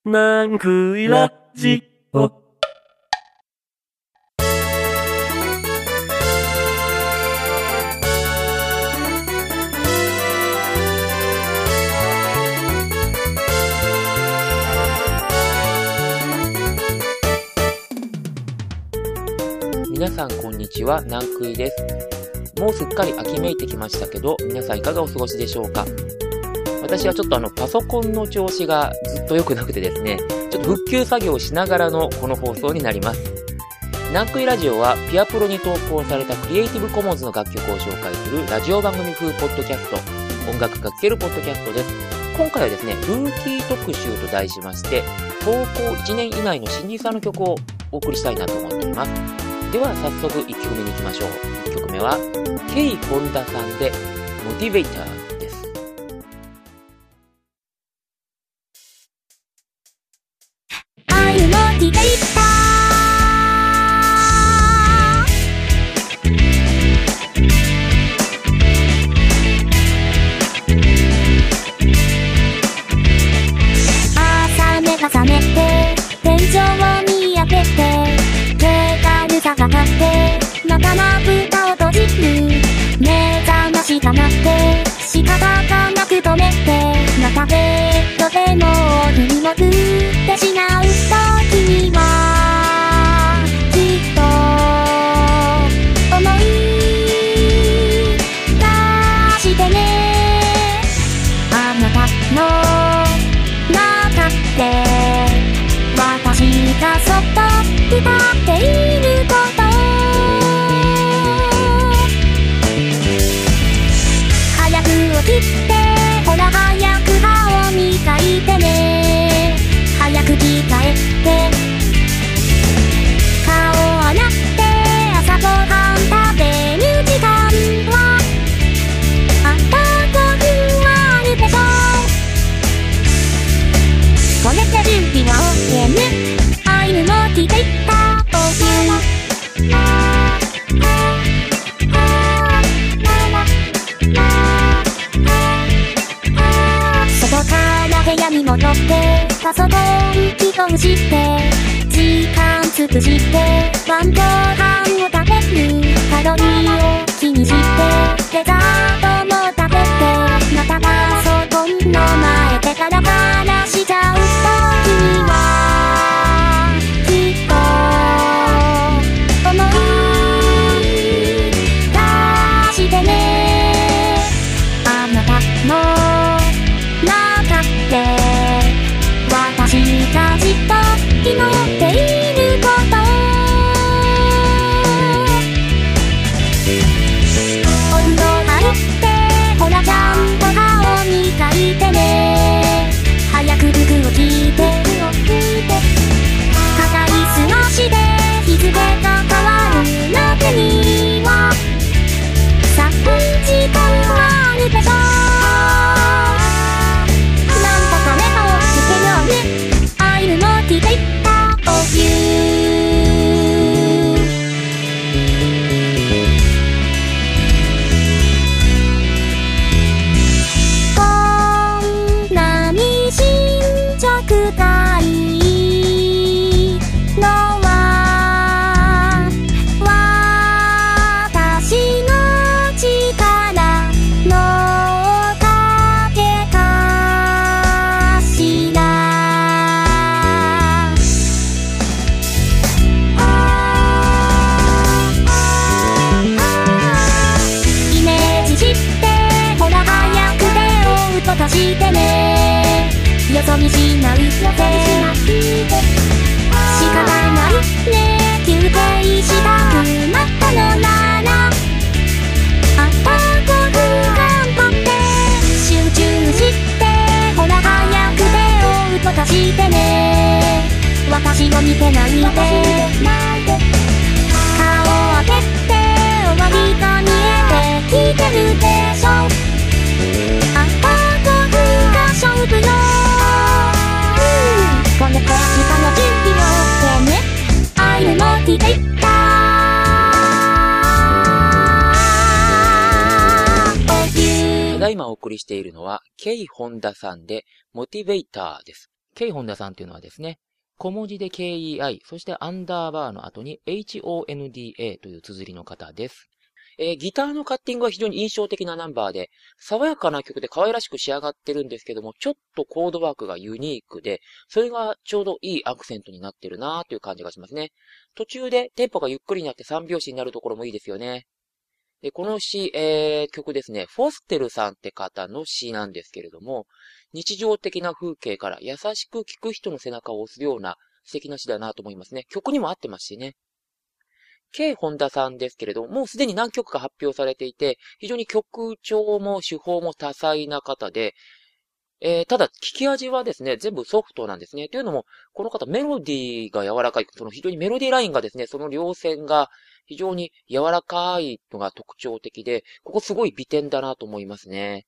なんくいラジオ。 皆さんこんにちは、なんくいです。もうすっかり秋めいてきましたけど、皆さんいかがお過ごしでしょうか。私はちょっとパソコンの調子がずっと良くなくてですね、ちょっと復旧作業をしながらのこの放送になります。なんくいラジオはピアプロに投稿されたクリエイティブコモンズの楽曲を紹介するラジオ番組風ポッドキャスト、音楽が聴けるポッドキャストです。今回はですね、ルーキー特集と題しまして、投稿1年以内の新人さんの曲をお送りしたいなと思っております。では早速1曲目に行きましょう。1曲目はケイ・ホンダさんでモチベーターです。 I'm motivator。朝目が覚めて天井を見上げてがかってまたまぶたを閉じる目覚ましが鳴って仕方がなく止めてまたベッドでもう振りも振ってしまう時にはきっと思い出してね。あなたの中で私がそっと歌っていること早く起きてほら早く歯を磨いてね。早く着替えて顔洗って朝ごはん食べる時間はあと5分はあるでしょう。これで準備は OK ね。I'm motivator。外から部屋に戻ってパソコン起動して時間尽くして晩ご飯を食べるカロリーを気にしてデザートも食べてまたパソコンの前でガラガラしちゃう時にはきっと思い出してね。あなたの中で私がじっと祈っていることお風呂入ってほらちゃんと歯を磨いてね。早く服を着て硬いすましで日付が変わるまでには3時間はあるでしょう。なんとか目をつけようね。I'm motivator of you。 こんなに進捗がいいのは私の力のおかげかしら。イメージしてほら早く手を閉じてね。よそ見しないで仕方ないね。休憩したくなったのならあと5分頑張って集中してほら早く手を閉じてね。私を見てないで顔を上げて終わりが見えてきてるでしょ。あと5分が勝負よ。これから下の準備を OK ね。I'm motivator。 ただいまお送りしているのはケイ・ホンダさんでモチベーターです。 K 本田さんっていうのはですね、小文字で KEI、そしてアンダーバーの後に HONDA という綴りの方です。ギターのカッティングは非常に印象的なナンバーで、爽やかな曲で可愛らしく仕上がってるんですけども、ちょっとコードワークがユニークで、それがちょうどいいアクセントになってるなーという感じがしますね。途中でテンポがゆっくりになって3拍子になるところもいいですよね。で、この詩、曲ですね、フォステルさんって方の詩なんですけれども、日常的な風景から優しく聴く人の背中を押すような素敵な詩だなと思いますね。曲にも合ってますしね。K 本田さんですけれども、もうすでに何曲か発表されていて、非常に曲調も手法も多彩な方で、ただ、聞き味はですね、全部ソフトなんですね。というのも、この方メロディーが柔らかい、その非常にメロディーラインがですね、その両線が非常に柔らかいのが特徴的で、ここすごい美点だなと思いますね。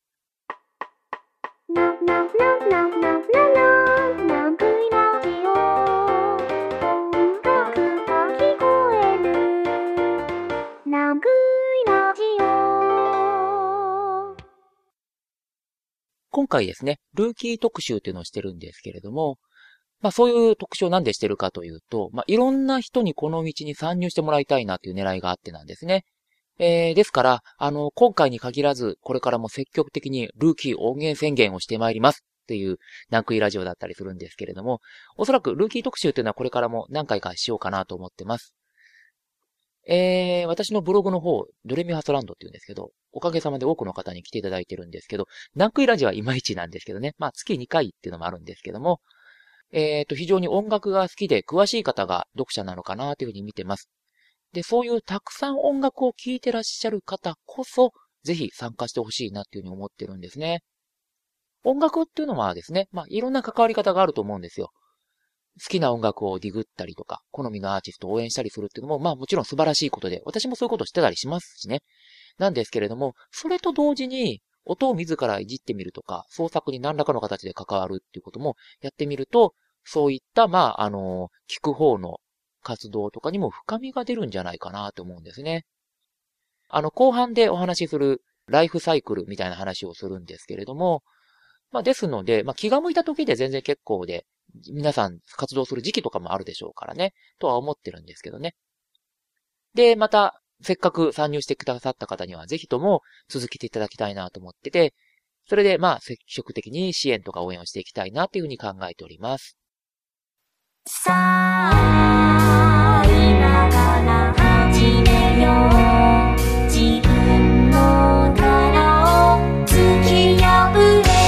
今回ですね、ルーキー特集っていうのをしてるんですけれども、そういう特集をなんでしてるかというと、いろんな人にこの道に参入してもらいたいなという狙いがあってなんですね。ですから、今回に限らず、これからも積極的にルーキー音源宣言をしてまいりますっていうナンクイラジオだったりするんですけれども、おそらくルーキー特集っていうのはこれからも何回かしようかなと思ってます。私のブログの方、ドレミファソランドっていうんですけど、おかげさまで多くの方に来ていただいてるんですけど、ナンクイラジオはいまいちなんですけどね。月2回っていうのもあるんですけども、非常に音楽が好きで詳しい方が読者なのかなというふうに見てます。で、そういうたくさん音楽を聴いてらっしゃる方こそ、ぜひ参加してほしいなっていうふうに思ってるんですね。音楽っていうのはですね、いろんな関わり方があると思うんですよ。好きな音楽をディグったりとか、好みのアーティストを応援したりするっていうのも、もちろん素晴らしいことで、私もそういうことをしてたりしますしね。なんですけれども、それと同時に、音を自らいじってみるとか、創作に何らかの形で関わるっていうこともやってみると、そういった、聞く方の活動とかにも深みが出るんじゃないかなと思うんですね。後半でお話しするライフサイクルみたいな話をするんですけれども、ですので、気が向いた時で全然結構で、皆さん活動する時期とかもあるでしょうからね、とは思ってるんですけどね。で、また、せっかく参入してくださった方には、ぜひとも続けていただきたいなと思ってて、それで、積極的に支援とか応援をしていきたいなというふうに考えております。 さあ、今から始めよう。自分の殻を突き破れ。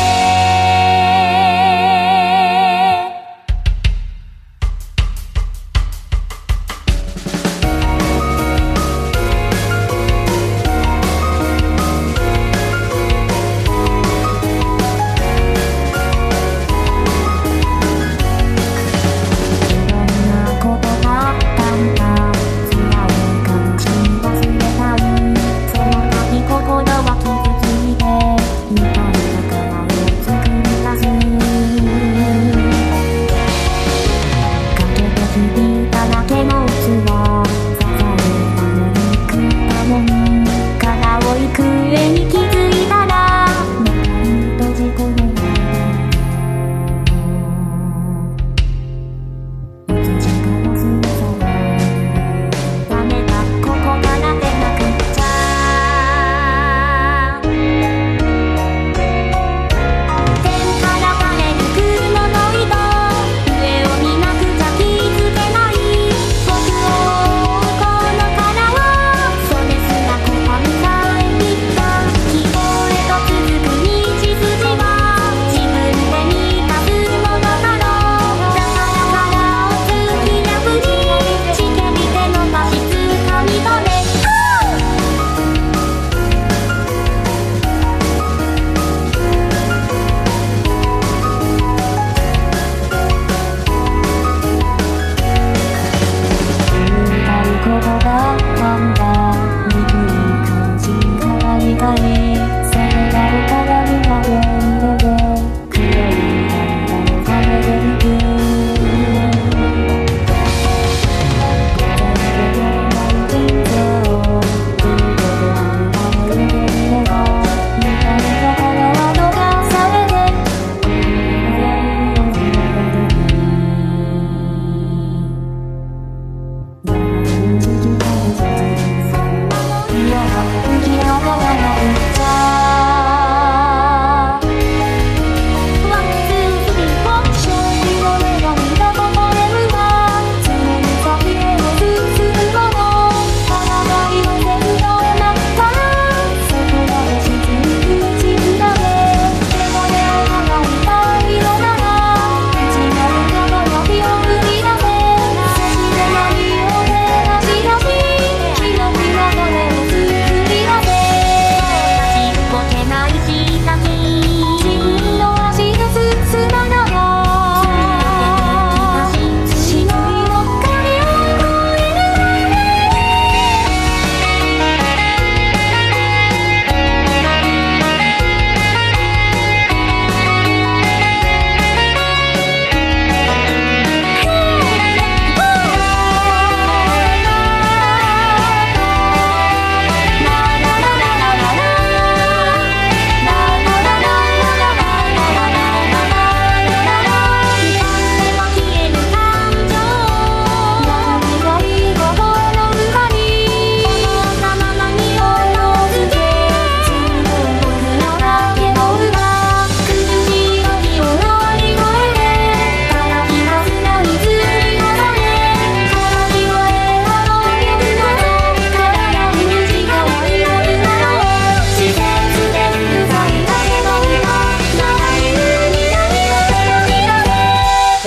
いろんなことがあったんだ。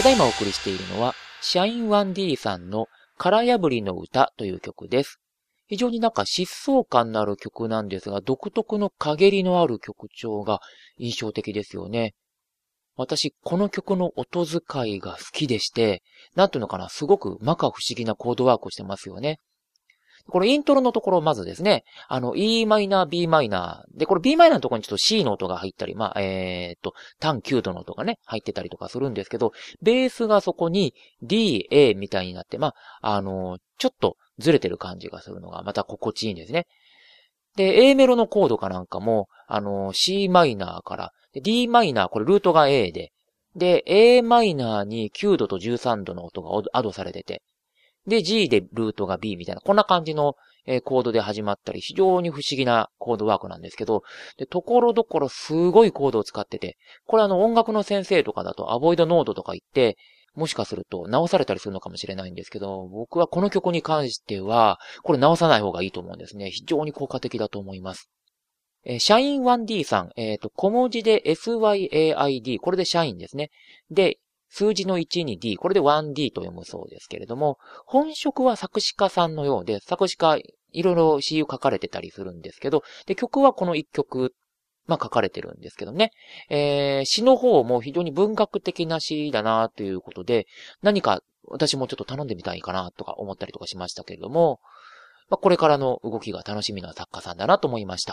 だいまお送りしているのは、シャイン 1D さんの殻破りの歌という曲です。非常になんか疾走感のある曲なんですが、独特の陰りのある曲調が印象的ですよね。私、この曲の音使いが好きでして、なんていうのかな、すごく摩訶不思議なコードワークをしてますよね。これイントロのところまずですね、E マイナー、B マイナー。で、これ B マイナーのところにちょっと C の音が入ったり、単9度の音がね、入ってたりとかするんですけど、ベースがそこに D、A みたいになって、ちょっとずれてる感じがするのがまた心地いいんですね。で、A メロのコードかなんかも、C マイナーから、D マイナー、これルートが A で、で、A マイナーに9度と13度の音がアドされてて、で、G でルートが B みたいな、こんな感じのコードで始まったり、非常に不思議なコードワークなんですけど、で、ところどころすごいコードを使ってて、これ音楽の先生とかだとアボイドノードとか言って、もしかすると直されたりするのかもしれないんですけど、僕はこの曲に関しては、これ直さない方がいいと思うんですね。非常に効果的だと思います。シャイン 1D さん、小文字で SYAID、これでシャインですね。で、数字の1に D、これで 1D と読むそうですけれども、本職は作詞家さんのようで、作詞家いろいろ詩を書かれてたりするんですけど、で、曲はこの1曲、書かれてるんですけどね。詩の方も非常に文学的な詩だなということで、何か私もちょっと頼んでみたいかなとか思ったりとかしましたけれども、これからの動きが楽しみな作家さんだなと思いました。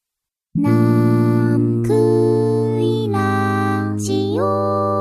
なんくいラジオ。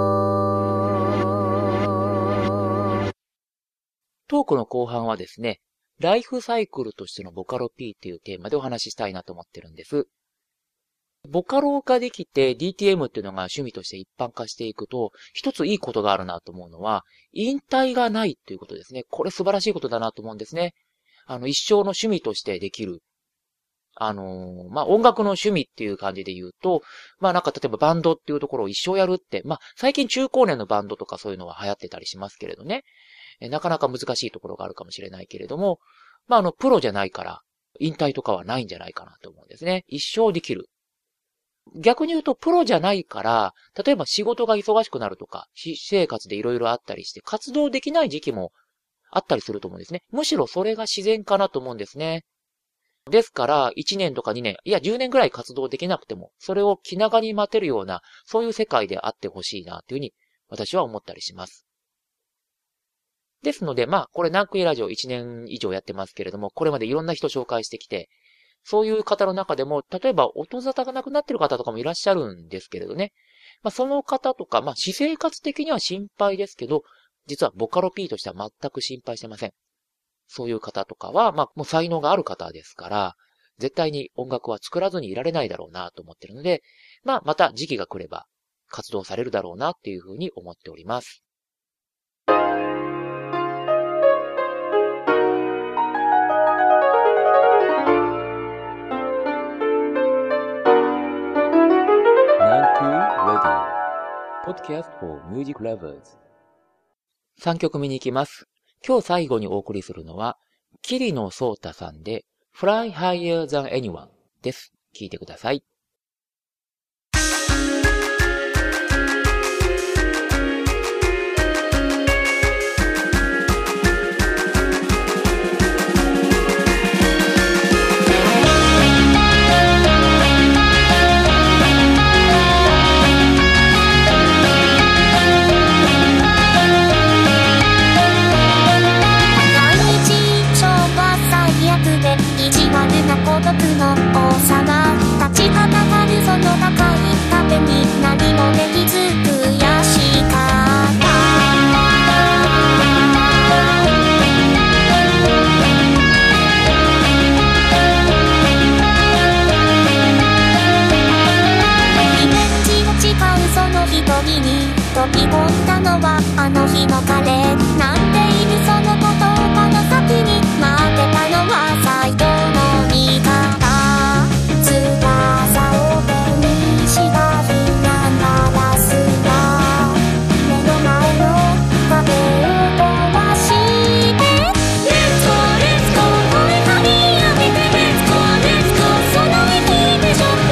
トークの後半はですね、ライフサイクルとしてのボカロ P というテーマでお話ししたいなと思ってるんです。ボカロができて DTM っていうのが趣味として一般化していくと、一ついいことがあるなと思うのは、引退がないということですね。これ素晴らしいことだなと思うんですね。一生の趣味としてできる。音楽の趣味っていう感じで言うと、例えばバンドっていうところを一生やるって、最近中高年のバンドとかそういうのは流行ってたりしますけれどね。なかなか難しいところがあるかもしれないけれども、プロじゃないから、引退とかはないんじゃないかなと思うんですね。一生できる。逆に言うと、プロじゃないから、例えば仕事が忙しくなるとか、私生活でいろいろあったりして、活動できない時期もあったりすると思うんですね。むしろそれが自然かなと思うんですね。ですから、1年とか2年、いや10年ぐらい活動できなくても、それを気長に待てるような、そういう世界であってほしいな、というふうに、私は思ったりします。ですので、これ、ナンクイラジオ1年以上やってますけれども、これまでいろんな人紹介してきて、そういう方の中でも、例えば音沙汰がなくなってる方とかもいらっしゃるんですけれどね。その方とか、私生活的には心配ですけど、実はボカロ P としては全く心配してません。そういう方とかは、もう才能がある方ですから、絶対に音楽は作らずにいられないだろうなと思ってるので、また時期が来れば活動されるだろうなっていうふうに思っております。Podcast for Music Lovers 3曲目に行きます。今日最後にお送りするのは、桐野聡太さんで Fly Higher Than Anyone です。聴いてください。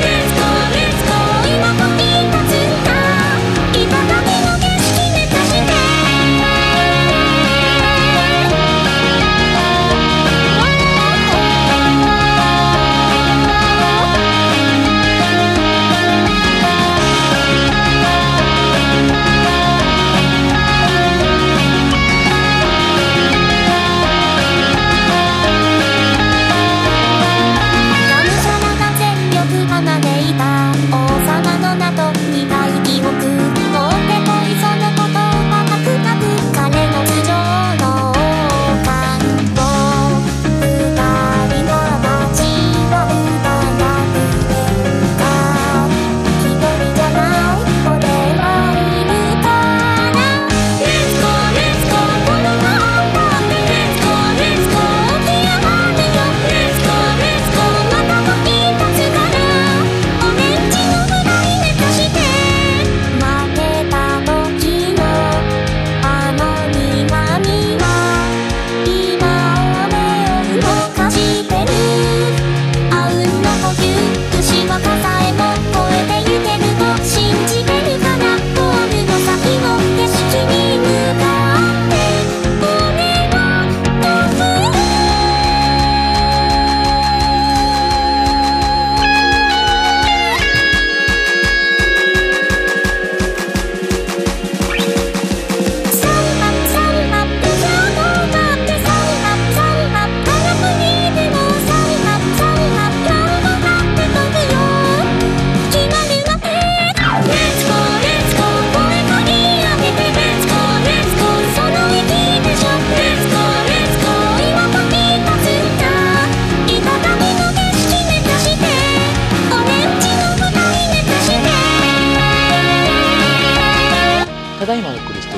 「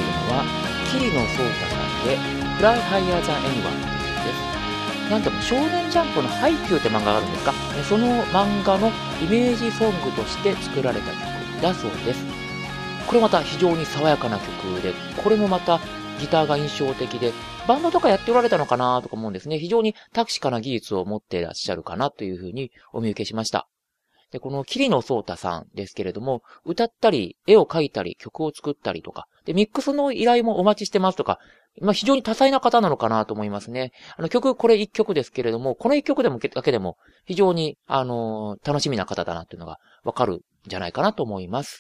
のは、桐野聡太さんで、Fly Higher Than Anyone という曲です。なんとも少年ジャンプのハイキューって漫画があるんですか？その漫画のイメージソングとして作られた曲だそうです。これまた非常に爽やかな曲で、これもまたギターが印象的で、バンドとかやっておられたのかなとか思うんですね。非常に確かな技術を持っていらっしゃるかなというふうにお見受けしました。で、この桐野聡太さんですけれども、歌ったり、絵を描いたり、曲を作ったりとか、で、ミックスの依頼もお待ちしてますとか、非常に多彩な方なのかなと思いますね。曲、これ一曲ですけれども、この一曲だけでも、非常に、楽しみな方だなっていうのがわかるんじゃないかなと思います。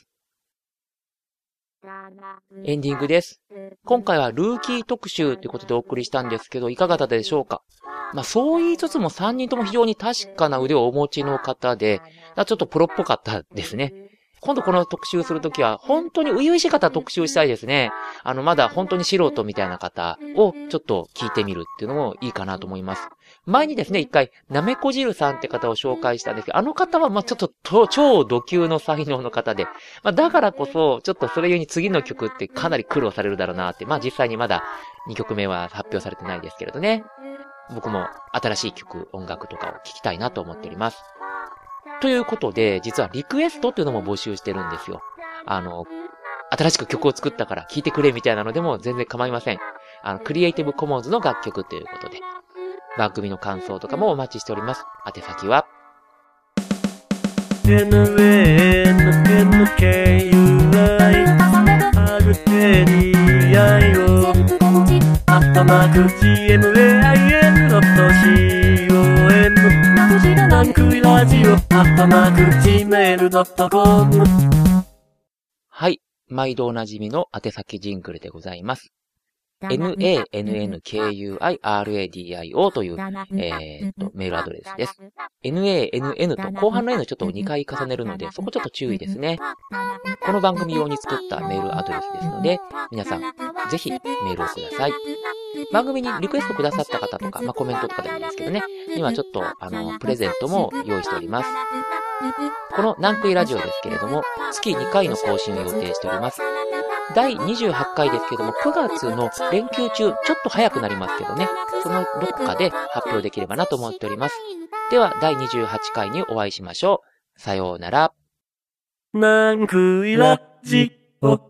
エンディングです。今回はルーキー特集ということでお送りしたんですけど、いかがだったでしょうか？そう言いつつも3人とも非常に確かな腕をお持ちの方で、ちょっとプロっぽかったですね。今度この特集するときは、本当に初々しい方特集したいですね。まだ本当に素人みたいな方をちょっと聞いてみるっていうのもいいかなと思います。前にですね、一回、なめこ汁さんって方を紹介したんですけど、あの方はちょっと超度級の才能の方で、だからこそ、ちょっとそれゆえに次の曲ってかなり苦労されるだろうなって、実際にまだ2曲目は発表されてないですけれどね。僕も新しい曲、音楽とかを聴きたいなと思っております。ということで、実はリクエストっていうのも募集してるんですよ。新しく曲を作ったから聴いてくれみたいなのでも全然構いません。クリエイティブコモンズの楽曲ということで、番組の感想とかもお待ちしております。宛先は、はい、毎度おなじみの宛先ジングルでございます。NANNKUIRADIO という、メールアドレスです。NANN と後半の N ちょっと2回重ねるので、そこちょっと注意ですね。この番組用に作ったメールアドレスですので、皆さん、ぜひメールをください。番組にリクエストくださった方とか、コメントとかでもいいんですけどね、今ちょっと、プレゼントも用意しております。このナンクイラジオですけれども、月2回の更新を予定しております。第28回ですけども、9月の連休中、ちょっと早くなりますけどね、そのどこかで発表できればなと思っております。では、第28回にお会いしましょう。さようなら。 ナンクイラジオ